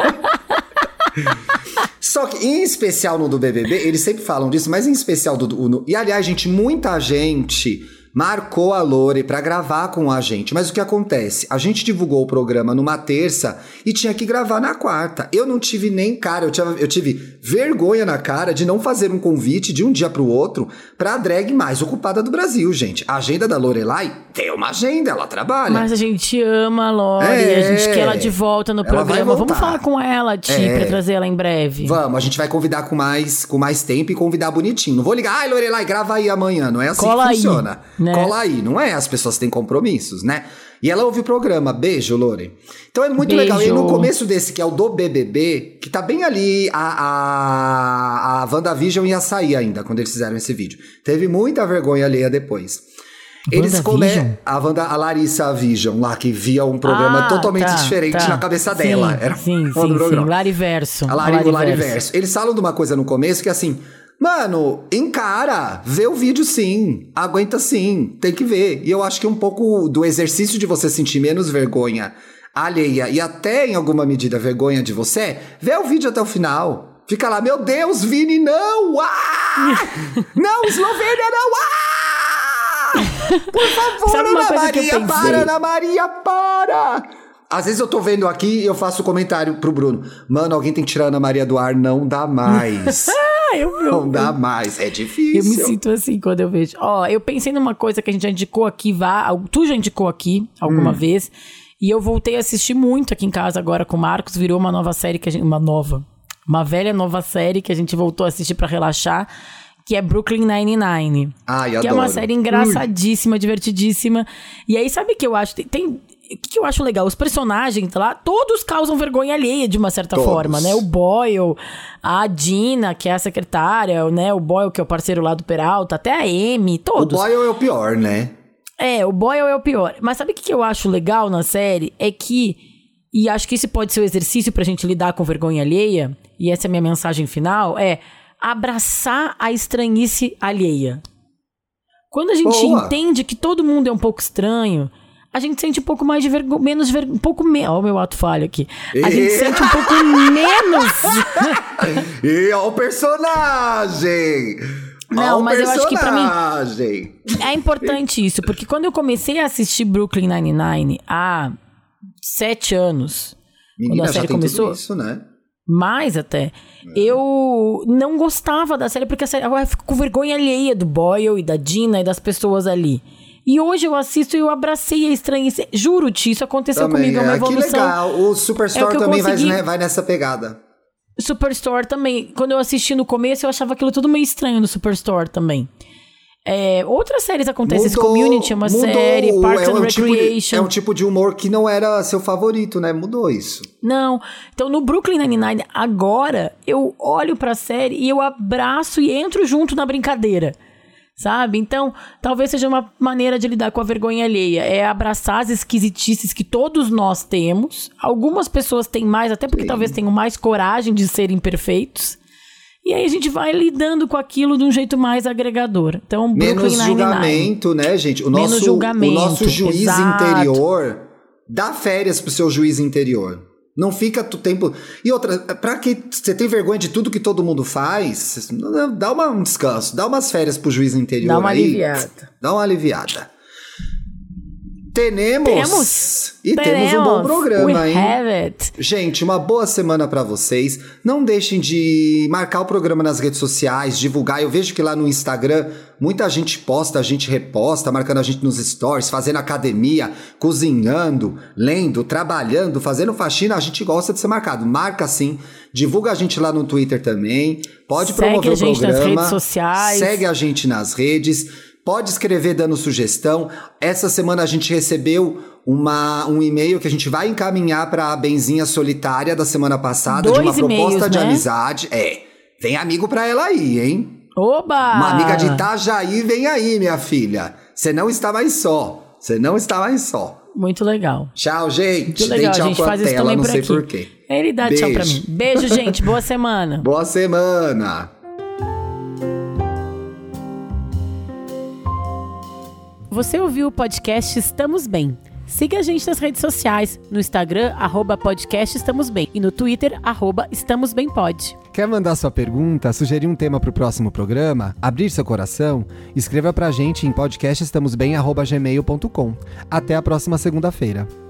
Só que, em especial no do BBB, eles sempre falam disso, mas em especial E, aliás, gente, muita gente... marcou a Lore pra gravar com a gente. Mas o que acontece? A gente divulgou o programa numa terça e tinha que gravar na quarta. Eu não tive nem cara, eu tive vergonha na cara de não fazer um convite de um dia pro outro pra drag mais ocupada do Brasil, gente. A agenda da Lorelai tem uma agenda, ela trabalha. Mas a gente ama a Lore, a gente quer ela de volta no programa. Vamos falar com ela, pra trazer ela em breve. Vamos, a gente vai convidar com mais tempo e convidar bonitinho. Não vou ligar, ai Lorelai, grava aí amanhã. Não é assim que funciona. Né? Cola aí, não é? As pessoas têm compromissos, né? E ela ouve o programa. Beijo, Lore. Então é muito legal. E no começo desse, que é o do BBB, que tá bem ali, a WandaVision ia sair ainda, quando eles fizeram esse vídeo. Teve muita vergonha alheia depois. Eles a Larissa Vision, lá, que via um programa totalmente diferente na cabeça dela. Era sim, Lariverso. A Lariverso. Eles falam de uma coisa no começo que assim... Mano, encara, vê o vídeo sim, aguenta sim, tem que ver. E eu acho que um pouco do exercício de você sentir menos vergonha alheia e até em alguma medida vergonha de você, vê o vídeo até o final. Fica lá, meu Deus, Vini, não! Não, Eslovênia, não! Por favor, Ana Maria, para, Ana Maria, para! Às vezes eu tô vendo aqui e eu faço comentário pro Bruno. Mano, alguém tem que tirar a Ana Maria do ar, não dá mais. Não dá mais, é difícil. Eu me sinto assim quando eu vejo. Eu pensei numa coisa que a gente já indicou aqui, tu já indicou aqui alguma vez, e eu voltei a assistir muito aqui em casa agora com o Marcos, virou uma nova série que a gente... Uma velha nova série que a gente voltou a assistir pra relaxar, que é Brooklyn Nine-Nine. Ai, adoro. Que é uma série engraçadíssima, divertidíssima. E aí, sabe o que eu acho? O que eu acho legal? Os personagens lá, todos causam vergonha alheia de uma certa forma, né? O Boyle, a Dina, que é a secretária, né? O Boyle, que é o parceiro lá do Peralta, até a Amy, todos. O Boyle é o pior, né? O Boyle é o pior. Mas sabe o que eu acho legal na série? É que, e acho que isso pode ser um exercício pra gente lidar com vergonha alheia, e essa é a minha mensagem final, abraçar a estranhice alheia. Quando a gente entende que todo mundo é um pouco estranho, a gente sente um pouco mais de vergonha, um pouco menos. Ó, o meu ato falho aqui. A gente sente um pouco menos. E ó o personagem! Não, mas eu acho que pra mim é importante isso, porque quando eu comecei a assistir Brooklyn Nine-Nine há 7 anos, menina, quando a série começou, tudo isso, né? Mais até. Eu não gostava da série, porque a série, eu fico com vergonha alheia do Boyle e da Dina e das pessoas ali. E hoje eu assisto e eu abracei a estranheza. Juro-te, isso aconteceu comigo, é uma evolução. Que legal. O Superstore também vai nessa pegada. Superstore também. Quando eu assisti no começo, eu achava aquilo tudo meio estranho no Superstore também. Outras séries acontecem. Community é uma série, Parks and Recreation. É um tipo de humor que não era seu favorito, né? Mudou isso. Não. Então, no Brooklyn Nine-Nine, agora, eu olho pra série e eu abraço e entro junto na brincadeira. Sabe? Então, talvez seja uma maneira de lidar com a vergonha alheia. É abraçar as esquisitices que todos nós temos. Algumas pessoas têm mais, até porque talvez tenham mais coragem de serem perfeitos. E aí a gente vai lidando com aquilo de um jeito mais agregador. Então, menos julgamento, né, gente? O nosso juiz interior dá férias pro seu juiz interior. Não fica o tempo... E outra, pra que você tem vergonha de tudo que todo mundo faz, dá um descanso, dá umas férias pro juiz interior. Dá uma aliviada. Dá uma aliviada. Temos um bom programa, hein? Gente, uma boa semana pra vocês. Não deixem de marcar o programa nas redes sociais, divulgar. Eu vejo que lá no Instagram muita gente posta, a gente reposta, marcando a gente nos stories, fazendo academia, cozinhando, lendo, trabalhando, fazendo faxina. A gente gosta de ser marcado. Marca sim. Divulga a gente lá no Twitter também. Pode promover o programa. Segue a gente nas redes sociais. Segue a gente nas redes. Pode escrever dando sugestão. Essa semana a gente recebeu um e-mail que a gente vai encaminhar para a Benzinha Solitária da semana passada, de uma proposta de amizade. Vem amigo pra ela aí, hein? Oba! Uma amiga de Itajaí vem aí, minha filha. Você não está mais só. Muito legal. Tchau, gente. Muito legal. Dei tchau a gente faz isso tela, também não por sei aqui. porquê. Ele dá tchau pra mim. Beijo, gente. Boa semana. Boa semana. Você ouviu o podcast Estamos Bem. Siga a gente nas redes sociais, no Instagram, @podcastestamosbem e no Twitter, @estamosbempod. Quer mandar sua pergunta, sugerir um tema para o próximo programa, abrir seu coração? Escreva pra gente em podcastestamosbem@gmail.com. Até a próxima segunda-feira.